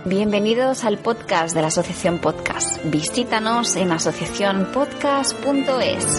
Bienvenidos al podcast de la Asociación Podcast. Visítanos en asociacionpodcast.es.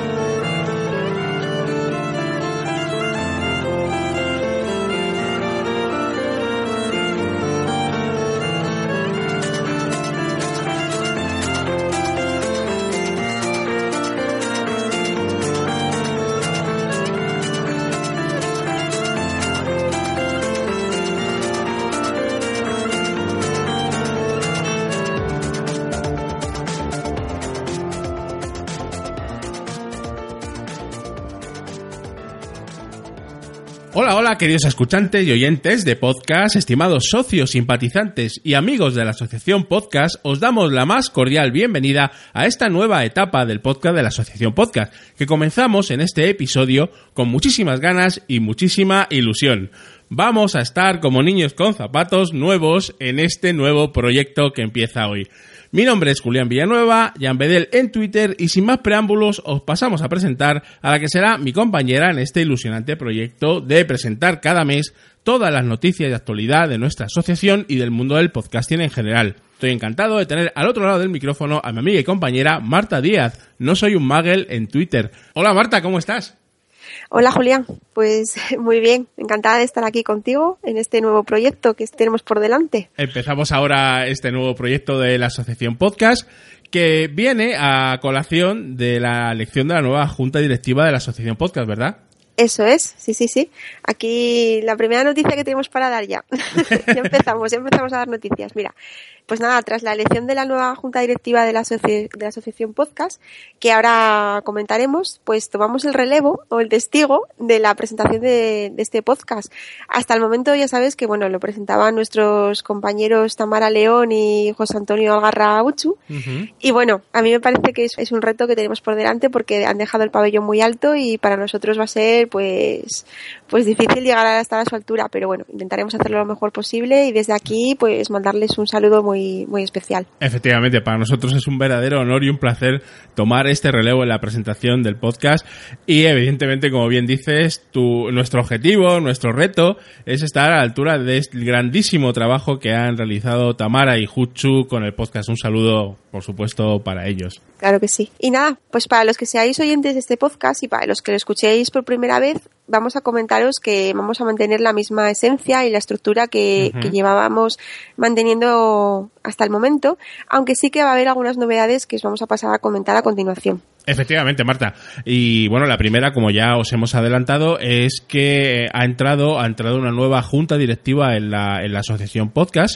Hola, queridos escuchantes y oyentes de podcast, estimados socios, simpatizantes y amigos de la Asociación Podcast, os damos la más cordial bienvenida a esta nueva etapa del podcast de la Asociación Podcast, que comenzamos en este episodio con muchísimas ganas y muchísima ilusión. Vamos a estar como niños con zapatos nuevos en este nuevo proyecto que empieza hoy. Mi nombre es Julián Villanueva, Janvedel en Twitter, y sin más preámbulos os pasamos a presentar a la que será mi compañera en este ilusionante proyecto de presentar cada mes todas las noticias de actualidad de nuestra asociación y del mundo del podcasting en general. Estoy encantado de tener al otro lado del micrófono a mi amiga y compañera Marta Díaz. No soy un muggle en Twitter. Hola Marta, ¿cómo estás? Hola Julián, pues muy bien, encantada de estar aquí contigo en este nuevo proyecto que tenemos por delante. Empezamos ahora este nuevo proyecto de la Asociación Podcast, que viene a colación de la elección de la nueva Junta Directiva de la Asociación Podcast, ¿verdad? Eso es, sí. Aquí la primera noticia que tenemos para dar ya. ya empezamos a dar noticias. Mira, pues nada, tras la elección de la nueva Junta Directiva de la Asociación Podcast, que ahora comentaremos, pues tomamos el relevo o el testigo de la presentación de este podcast. Hasta el momento ya sabes que, bueno, lo presentaban nuestros compañeros Tamara León y José Antonio Algarra Uchu. Uh-huh. Y bueno, a mí me parece que es un reto que tenemos por delante porque han dejado el pabellón muy alto y para nosotros va a ser pues difícil llegar hasta a su altura, pero bueno, intentaremos hacerlo lo mejor posible y desde aquí pues mandarles un saludo muy especial. Efectivamente, para nosotros es un verdadero honor y un placer tomar este relevo en la presentación del podcast y evidentemente, como bien dices, nuestro objetivo, nuestro reto es estar a la altura de este grandísimo trabajo que han realizado Tamara y Juchu con el podcast. Un saludo, por supuesto, para ellos. Claro que sí. Y nada, pues para los que seáis oyentes de este podcast y para los que lo escuchéis por primera vez, vamos a comentaros que vamos a mantener la misma esencia y la estructura que llevábamos manteniendo hasta el momento, aunque sí que va a haber algunas novedades que os vamos a pasar a comentar a continuación. Efectivamente, Marta. Y bueno, la primera, como ya os hemos adelantado, es que ha entrado una nueva junta directiva en la Asociación Podcast.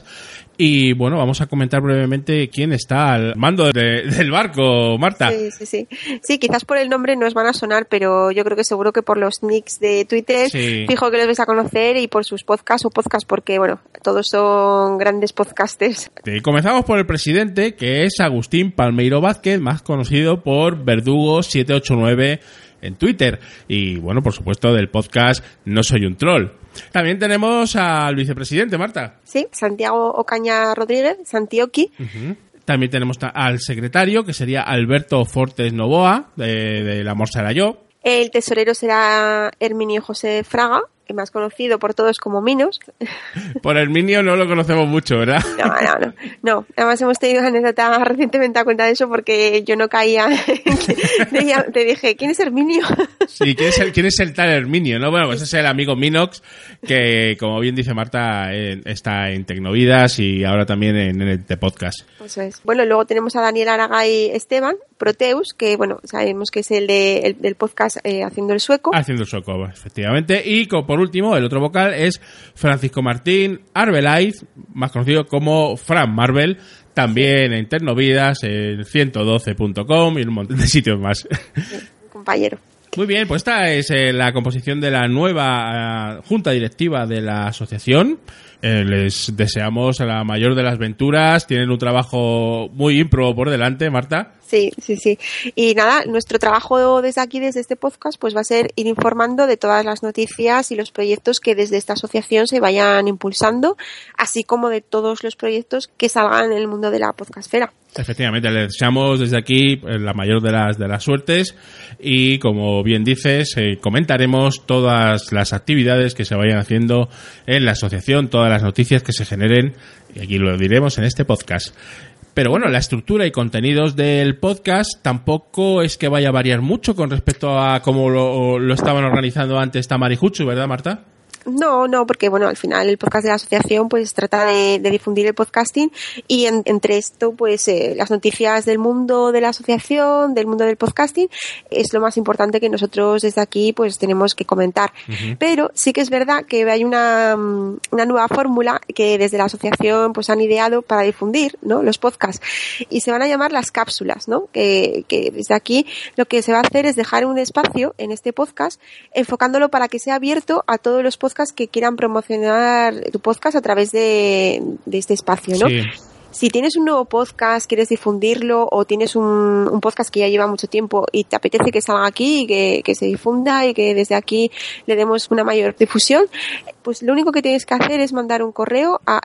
Y bueno, vamos a comentar brevemente quién está al mando del barco, Marta. Sí. Sí, quizás por el nombre no os van a sonar, pero yo creo que seguro que por los nicks de Twitter, fijo que los vais a conocer y por sus podcasts porque bueno, todos son grandes podcasters. Y comenzamos por el presidente, que es Agustín Palmeiro Vázquez, más conocido por Verdugo789 en Twitter. Y bueno, por supuesto, del podcast No Soy un Troll. También tenemos al vicepresidente, Marta. Sí, Santiago Ocaña Rodríguez, Santioqui. Uh-huh. También tenemos al secretario, que sería Alberto Fortes Novoa, de La Amor será yo. El tesorero será Herminio José Fraga, más conocido por todos como Minos. Por Herminio no lo conocemos mucho, ¿verdad? No. Además hemos tenido una anécdota recientemente a cuenta de eso porque yo no caía. Te dije, ¿quién es Herminio? Sí, ¿quién es el tal Herminio? ¿No? Bueno, pues es el amigo Minox que, como bien dice Marta, está en Tecnovidas y ahora también en el Podcast. Eso es. Bueno, luego tenemos a Daniel Aragay Esteban, Proteus, que bueno, sabemos que es el del podcast Haciendo el Sueco. Haciendo el Sueco, efectivamente. Y por último, el otro vocal es Francisco Martín Arbelaiz, más conocido como Fran Marvel, también en Tecnovidas, en 112.com y un montón de sitios más. Sí, compañero. Muy bien, pues esta es la composición de la nueva junta directiva de la asociación. Les deseamos la mayor de las venturas. Tienen un trabajo muy ímprobo por delante, Marta. Sí. Y nada, nuestro trabajo desde aquí, desde este podcast, pues va a ser ir informando de todas las noticias y los proyectos que desde esta asociación se vayan impulsando, así como de todos los proyectos que salgan en el mundo de la podcastfera. Efectivamente, le deseamos desde aquí la mayor de las suertes y, como bien dices, comentaremos todas las actividades que se vayan haciendo en la asociación, todas las noticias que se generen, y aquí lo diremos en este podcast. Pero bueno, la estructura y contenidos del podcast tampoco es que vaya a variar mucho con respecto a cómo lo estaban organizando antes Tamara y Juchu, ¿verdad, Marta? No, porque bueno, al final el podcast de la asociación pues trata de difundir el podcasting y entre esto pues las noticias del mundo de la asociación, del mundo del podcasting, es lo más importante que nosotros desde aquí pues tenemos que comentar. Uh-huh. Pero sí que es verdad que hay una nueva fórmula que desde la asociación pues han ideado para difundir, ¿no?, los podcasts, y se van a llamar las cápsulas, ¿no? Que desde aquí lo que se va a hacer es dejar un espacio en este podcast enfocándolo para que sea abierto a todos los podcasts que quieran promocionar tu podcast a través de este espacio, ¿no? Sí. Si tienes un nuevo podcast, quieres difundirlo, o tienes un podcast que ya lleva mucho tiempo y te apetece que salga aquí y que se difunda y que desde aquí le demos una mayor difusión, pues lo único que tienes que hacer es mandar un correo a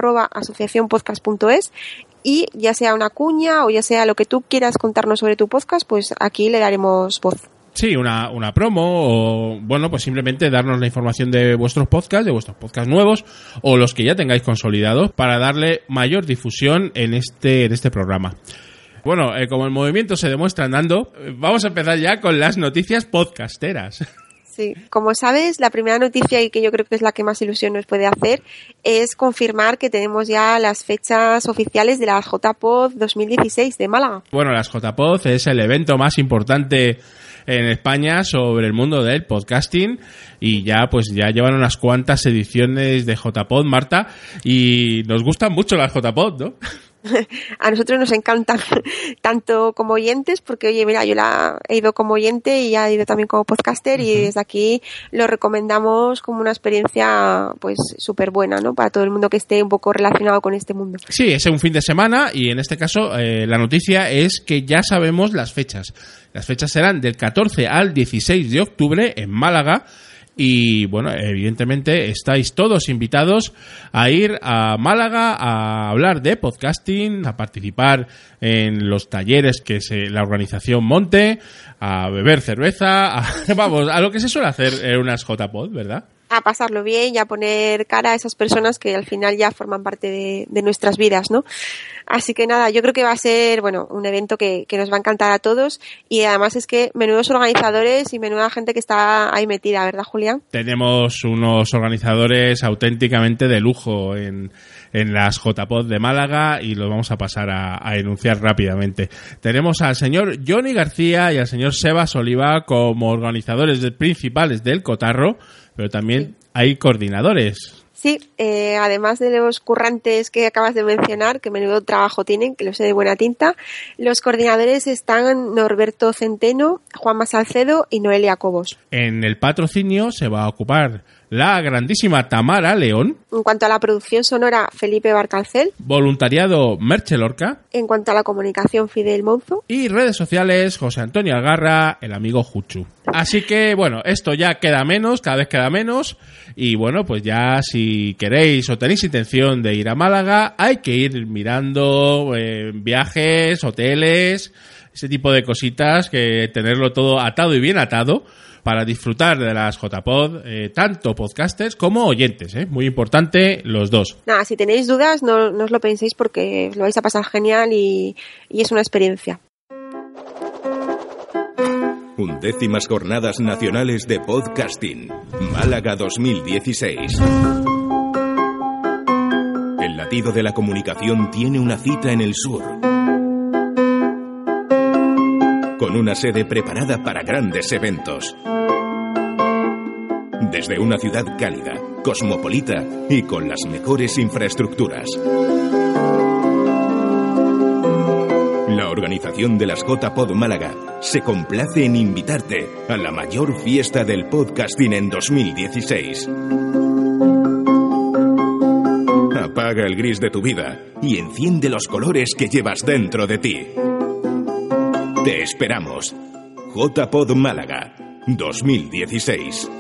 info@asociacionpodcast.es y ya sea una cuña o ya sea lo que tú quieras contarnos sobre tu podcast, pues aquí le daremos voz. Sí, una promo o, bueno, pues simplemente darnos la información de vuestros podcasts nuevos o los que ya tengáis consolidados para darle mayor difusión en este programa. Bueno, como el movimiento se demuestra andando, vamos a empezar ya con las noticias podcasteras. Sí, como sabes, la primera noticia, y que yo creo que es la que más ilusión nos puede hacer, es confirmar que tenemos ya las fechas oficiales de las JPod 2016 de Málaga. Bueno, las JPod es el evento más importante en España sobre el mundo del podcasting y ya llevan unas cuantas ediciones de JPod, Marta, y nos gustan mucho las JPod, ¿no? A nosotros nos encantan, tanto como oyentes, porque oye, mira, yo la he ido como oyente y ya he ido también como podcaster, y desde aquí lo recomendamos como una experiencia pues súper buena, ¿no?, para todo el mundo que esté un poco relacionado con este mundo. Sí, es un fin de semana y en este caso la noticia es que ya sabemos las fechas. Las fechas serán del 14 al 16 de octubre en Málaga. Y bueno, evidentemente estáis todos invitados a ir a Málaga a hablar de podcasting, a participar en los talleres que la organización monte, a beber cerveza, a lo que se suele hacer en unas JPod, ¿verdad? A pasarlo bien y a poner cara a esas personas que al final ya forman parte de nuestras vidas, ¿no? Así que nada, yo creo que va a ser, bueno, un evento que nos va a encantar a todos, y además es que menudos organizadores y menuda gente que está ahí metida, ¿verdad, Julián? Tenemos unos organizadores auténticamente de lujo en las JPod de Málaga y los vamos a pasar a enunciar rápidamente. Tenemos al señor Johnny García y al señor Sebas Oliva como organizadores principales del Cotarro, pero también hay coordinadores. Sí, además de los currantes que acabas de mencionar, que menudo trabajo tienen, que lo sé de buena tinta, los coordinadores están Norberto Centeno, Juanma Salcedo y Noelia Cobos. En el patrocinio se va a ocupar la grandísima Tamara León. En cuanto a la producción sonora, Felipe Barcalcel. Voluntariado, Merche Lorca. En cuanto a la comunicación, Fidel Monzo. Y redes sociales, José Antonio Algarra, el amigo Juchu. Así que, bueno, esto ya queda menos, cada vez queda menos. Y bueno, pues ya si queréis o tenéis intención de ir a Málaga, hay que ir mirando viajes, hoteles, ese tipo de cositas, que tenerlo todo atado y bien atado para disfrutar de las JPod, tanto podcasters como oyentes, muy importante los dos. Nada, si tenéis dudas, no os lo penséis, porque lo vais a pasar genial y es una experiencia. 11ª Jornadas Nacionales de Podcasting, Málaga 2016. El latido de la comunicación tiene una cita en el sur, con una sede preparada para grandes eventos. Desde una ciudad cálida, cosmopolita y con las mejores infraestructuras. La organización de las JPod Málaga se complace en invitarte a la mayor fiesta del podcasting en 2016. Apaga el gris de tu vida y enciende los colores que llevas dentro de ti. Te esperamos. JPod Málaga 2016.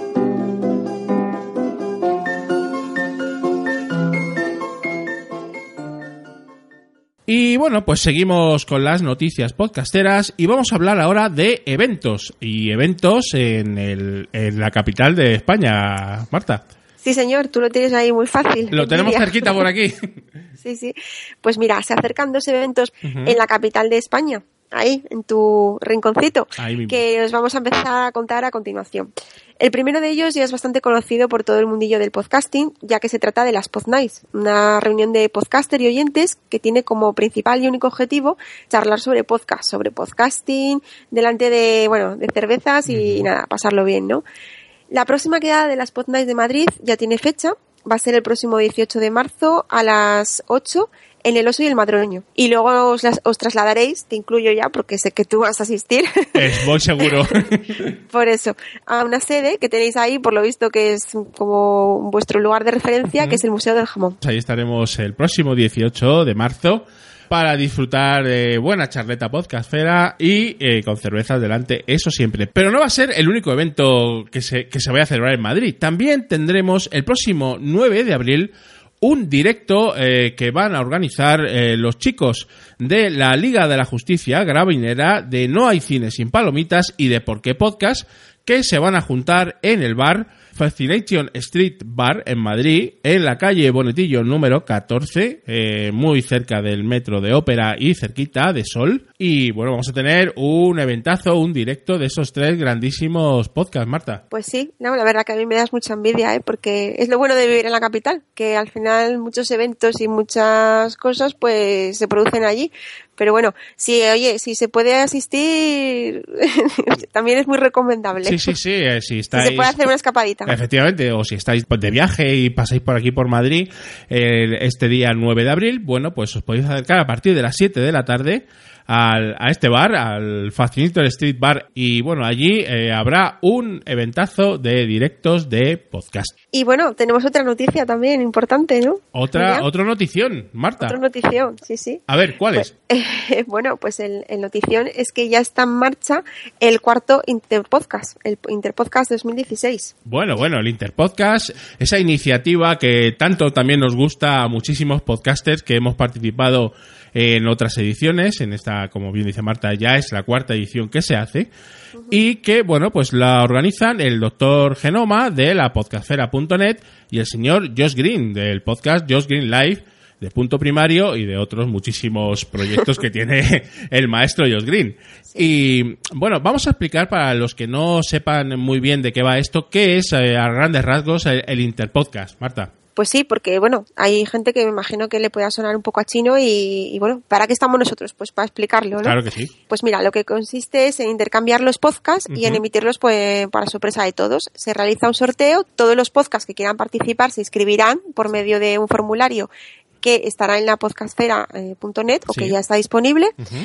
Y bueno, pues seguimos con las noticias podcasteras y vamos a hablar ahora de eventos. Y eventos en la capital de España, Marta. Sí, señor, tú lo tienes ahí muy fácil. Lo tenemos cerquita por aquí. Sí. Pues mira, se acercan 2 eventos en la capital de España. Ahí, en tu rinconcito, que os vamos a empezar a contar a continuación. El primero de ellos ya es bastante conocido por todo el mundillo del podcasting, ya que se trata de las Pod Nights, una reunión de podcaster y oyentes que tiene como principal y único objetivo charlar sobre podcast, sobre podcasting, delante de cervezas y nada, pasarlo bien, ¿no? La próxima quedada de las Pod Nights de Madrid ya tiene fecha, va a ser el próximo 18 de marzo a las 8 en El Oso y el Madroño. Y luego os trasladaréis, te incluyo ya porque sé que tú vas a asistir. Voy seguro. Por eso, a una sede que tenéis ahí, por lo visto que es como vuestro lugar de referencia, que es el Museo del Jamón. Ahí estaremos el próximo 18 de marzo para disfrutar de buena charleta podcastera y con cervezas delante, eso siempre. Pero no va a ser el único evento que se vaya a celebrar en Madrid. También tendremos el próximo 9 de abril un directo que van a organizar los chicos de la Liga de la Justicia Gravinera, de No hay cine sin palomitas y de Por qué Podcast, que se van a juntar en el bar Fascination Street Bar en Madrid, en la calle Bonetillo número 14, muy cerca del metro de Ópera y cerquita de Sol. Y bueno, vamos a tener un eventazo, un directo de esos 3 grandísimos podcasts, Marta. Pues sí, no, la verdad que a mí me das mucha envidia, porque es lo bueno de vivir en la capital, que al final muchos eventos y muchas cosas pues se producen allí. Pero bueno, si se puede asistir, también es muy recomendable. Sí. Si estáis, si se puede hacer una escapadita. Efectivamente, o si estáis de viaje y pasáis por aquí por Madrid este día 9 de abril, bueno, pues os podéis acercar a partir de las 7 de la tarde a este bar, al Fascinator Street Bar, y bueno, allí habrá un eventazo de directos de podcast. Y bueno, tenemos otra noticia también importante, ¿no? Otra notición, Marta. Otra notición, sí. A ver, ¿cuál es? Bueno, pues el notición es que ya está en marcha el 4º Interpodcast, el Interpodcast 2016. Bueno, el Interpodcast, esa iniciativa que tanto también nos gusta a muchísimos podcasters que hemos participado en otras ediciones. En esta, como bien dice Marta, ya es la 4ª edición que se hace, y que, bueno, pues la organizan el doctor Genoma de la podcastfera.net y el señor Josh Green del podcast Josh Green Live de Punto Primario y de otros muchísimos proyectos que tiene el maestro Josh Green. Sí. Y bueno, vamos a explicar para los que no sepan muy bien de qué va esto, qué es a grandes rasgos el Interpodcast, Marta. Pues sí, porque bueno, hay gente que me imagino que le pueda sonar un poco a chino y bueno, ¿para qué estamos nosotros? Pues para explicarlo, ¿no? Claro que sí. Pues mira, lo que consiste es en intercambiar los podcasts y en emitirlos pues para sorpresa de todos. Se realiza un sorteo, todos los podcasts que quieran participar se inscribirán por medio de un formulario que estará en la podcastfera.net o que ya está disponible,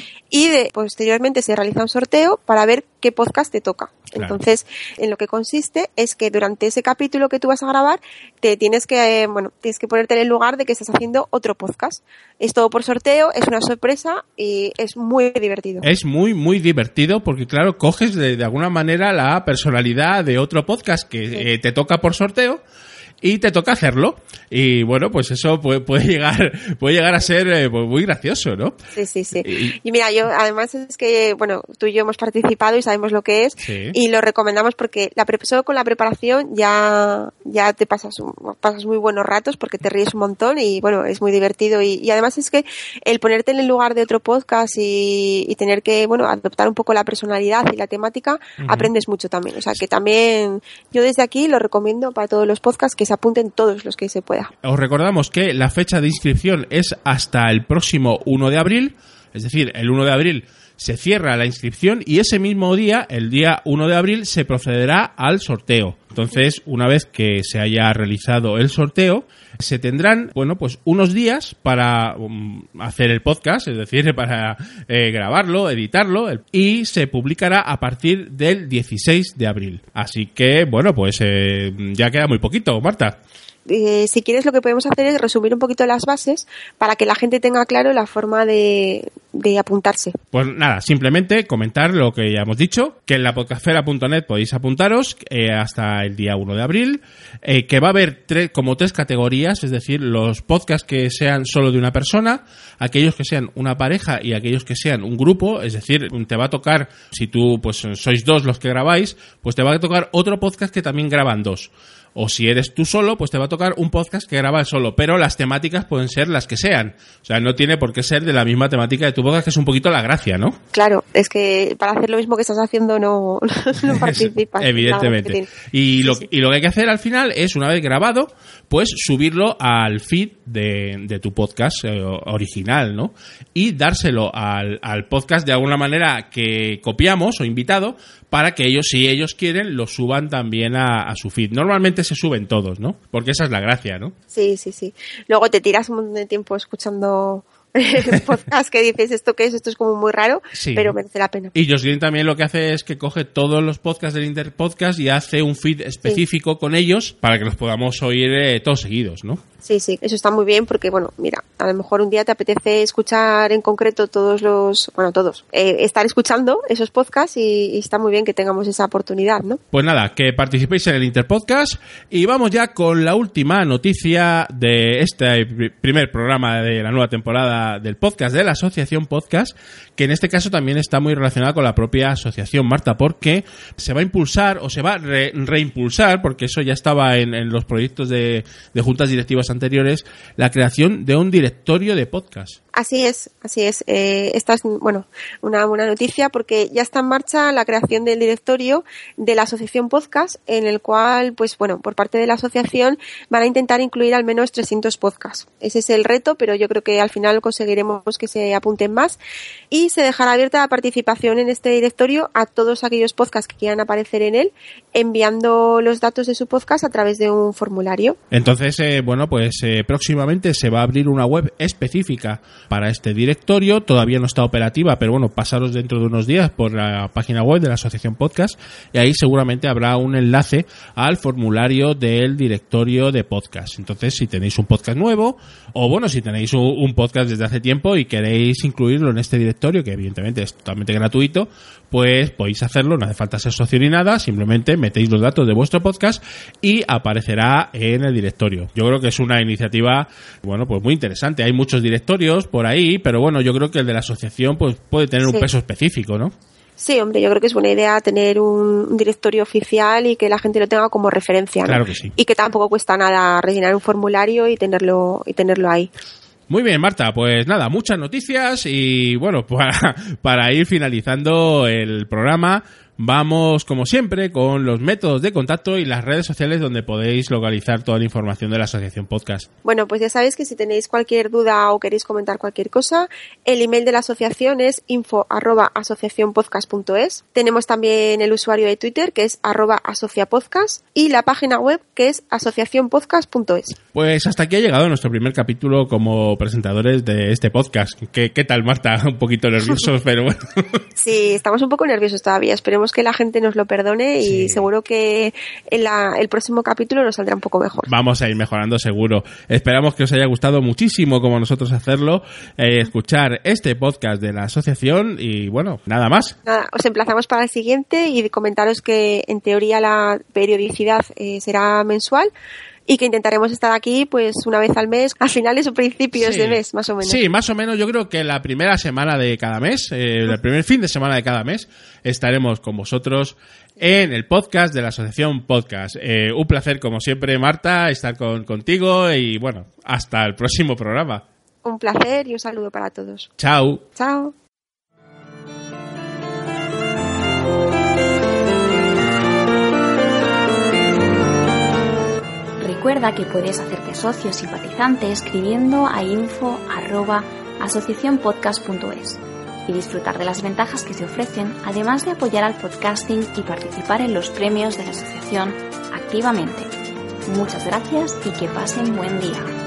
y posteriormente se realiza un sorteo para ver qué podcast te toca. Claro. Entonces, en lo que consiste es que durante ese capítulo que tú vas a grabar, tienes que ponerte en el lugar de que estás haciendo otro podcast. Es todo por sorteo, es una sorpresa y es muy divertido. Es muy, muy divertido porque, claro, coges de alguna manera la personalidad de otro podcast que te toca por sorteo y te toca hacerlo. Y bueno, pues eso puede llegar a ser muy gracioso, ¿no? Sí. Y mira, yo además es que, bueno, tú y yo hemos participado y sabemos lo que es, y lo recomendamos porque solo con la preparación ya te pasas muy buenos ratos porque te ríes un montón y bueno, es muy divertido y además es que el ponerte en el lugar de otro podcast y tener que, bueno, adoptar un poco la personalidad y la temática, aprendes mucho también. O sea que también yo desde aquí lo recomiendo para todos los podcasts que se apunten todos los que se pueda. Os recordamos que la fecha de inscripción es hasta el próximo 1 de abril, es decir, el 1 de abril se cierra la inscripción y ese mismo día, el día 1 de abril, se procederá al sorteo. Entonces, una vez que se haya realizado el sorteo, se tendrán, bueno, pues unos días para hacer el podcast, es decir, para grabarlo, editarlo, y se publicará a partir del 16 de abril. Así que, bueno, pues ya queda muy poquito, Marta. Si quieres, lo que podemos hacer es resumir un poquito las bases para que la gente tenga claro la forma de de apuntarse. Pues nada, simplemente comentar lo que ya hemos dicho, que en la podcastfera.net podéis apuntaros hasta el día 1 de abril, que va a haber como tres categorías, es decir, los podcasts que sean solo de una persona, aquellos que sean una pareja y aquellos que sean un grupo, es decir, te va a tocar, si tú pues sois dos los que grabáis, pues te va a tocar otro podcast que también graban dos. O si eres tú solo, pues te va a tocar un podcast que graba solo, pero las temáticas pueden ser las que sean. O sea, no tiene por qué ser de la misma temática de tu podcast, que es un poquito la gracia, ¿no? Claro, es que para hacer lo mismo que estás haciendo no participas. Evidentemente. Y lo que hay que hacer al final es, una vez grabado, pues subirlo al feed de tu podcast original, ¿no? Y dárselo al podcast de alguna manera que copiamos o invitado, para que ellos, si ellos quieren, lo suban también a su feed. Normalmente se suben todos, ¿no? Porque esa es la gracia, ¿no? Sí. Luego te tiras un montón de tiempo escuchando podcast que dices esto es como muy raro, sí, pero merece la pena. Y Josh Green también lo que hace es que coge todos los podcasts del Interpodcast y hace un feed específico con ellos para que los podamos oír todos seguidos, ¿no? Sí, eso está muy bien porque, bueno, mira, a lo mejor un día te apetece escuchar en concreto todos, estar escuchando esos podcasts y está muy bien que tengamos esa oportunidad, ¿no? Pues nada, que participéis en el Interpodcast y vamos ya con la última noticia de este primer programa de la nueva temporada del podcast de la Asociación Podcast, que en este caso también está muy relacionada con la propia asociación, Marta, porque se va a impulsar o se va a reimpulsar, porque eso ya estaba en los proyectos de juntas directivas anteriores, la creación de un directorio de podcast. Así es. Esta es, una buena noticia porque ya está en marcha la creación del directorio de la Asociación Podcast, en el cual, por parte de la asociación van a intentar incluir al menos 300 podcasts. Ese es el reto, pero yo creo que al final conseguiremos que se apunten más y se dejará abierta la participación en este directorio a todos aquellos podcasts que quieran aparecer en él, enviando los datos de su podcast a través de un formulario. Entonces, próximamente se va a abrir una web específica para este directorio. Todavía no está operativa, pero pasaros dentro de unos días por la página web de la Asociación Podcast y ahí seguramente habrá un enlace al formulario del directorio de podcast. Entonces, si tenéis un podcast nuevo o si tenéis un podcast desde hace tiempo y queréis incluirlo en este directorio, que evidentemente es totalmente gratuito, pues podéis hacerlo, no hace falta ser socio ni nada, simplemente metéis los datos de vuestro podcast y aparecerá en el directorio. Yo creo que es una iniciativa, pues muy interesante. Hay muchos directorios por ahí, pero yo creo que el de la asociación pues puede tener un peso específico, ¿no? Sí, hombre, yo creo que es buena idea tener un directorio oficial y que la gente lo tenga como referencia, ¿no? Claro que sí. Y que tampoco cuesta nada rellenar un formulario y tenerlo ahí. Muy bien, Marta, pues nada, muchas noticias y para ir finalizando el programa, vamos como siempre con los métodos de contacto y las redes sociales donde podéis localizar toda la información de la Asociación Podcast. Bueno, pues ya sabéis que si tenéis cualquier duda o queréis comentar cualquier cosa, el email de la asociación es info@asociacionpodcast.es. Tenemos también el usuario de Twitter que es @asociapodcast y la página web que es asociacionpodcast.es. Pues hasta aquí ha llegado nuestro primer capítulo como presentadores de este podcast. ¿Qué tal, Marta? Un poquito nerviosos, pero bueno. Sí, estamos un poco nerviosos todavía. Esperemos que la gente nos lo perdone y seguro que el próximo capítulo nos saldrá un poco mejor. Vamos a ir mejorando seguro. Esperamos que os haya gustado muchísimo como nosotros hacerlo, escuchar este podcast de la asociación y nada más. Nada, os emplazamos para el siguiente y comentaros que en teoría la periodicidad será mensual y que intentaremos estar aquí pues una vez al mes, a finales o principios de mes, más o menos. Sí, más o menos. Yo creo que la primera semana de cada mes, el primer fin de semana de cada mes, estaremos con vosotros en el podcast de la Asociación Podcast. Un placer, como siempre, Marta, estar contigo y hasta el próximo programa. Un placer y un saludo para todos. Chao. Chao. Recuerda que puedes hacerte socio simpatizante escribiendo a info@asociacionpodcast.es y disfrutar de las ventajas que se ofrecen, además de apoyar al podcasting y participar en los premios de la asociación activamente. Muchas gracias y que pasen buen día.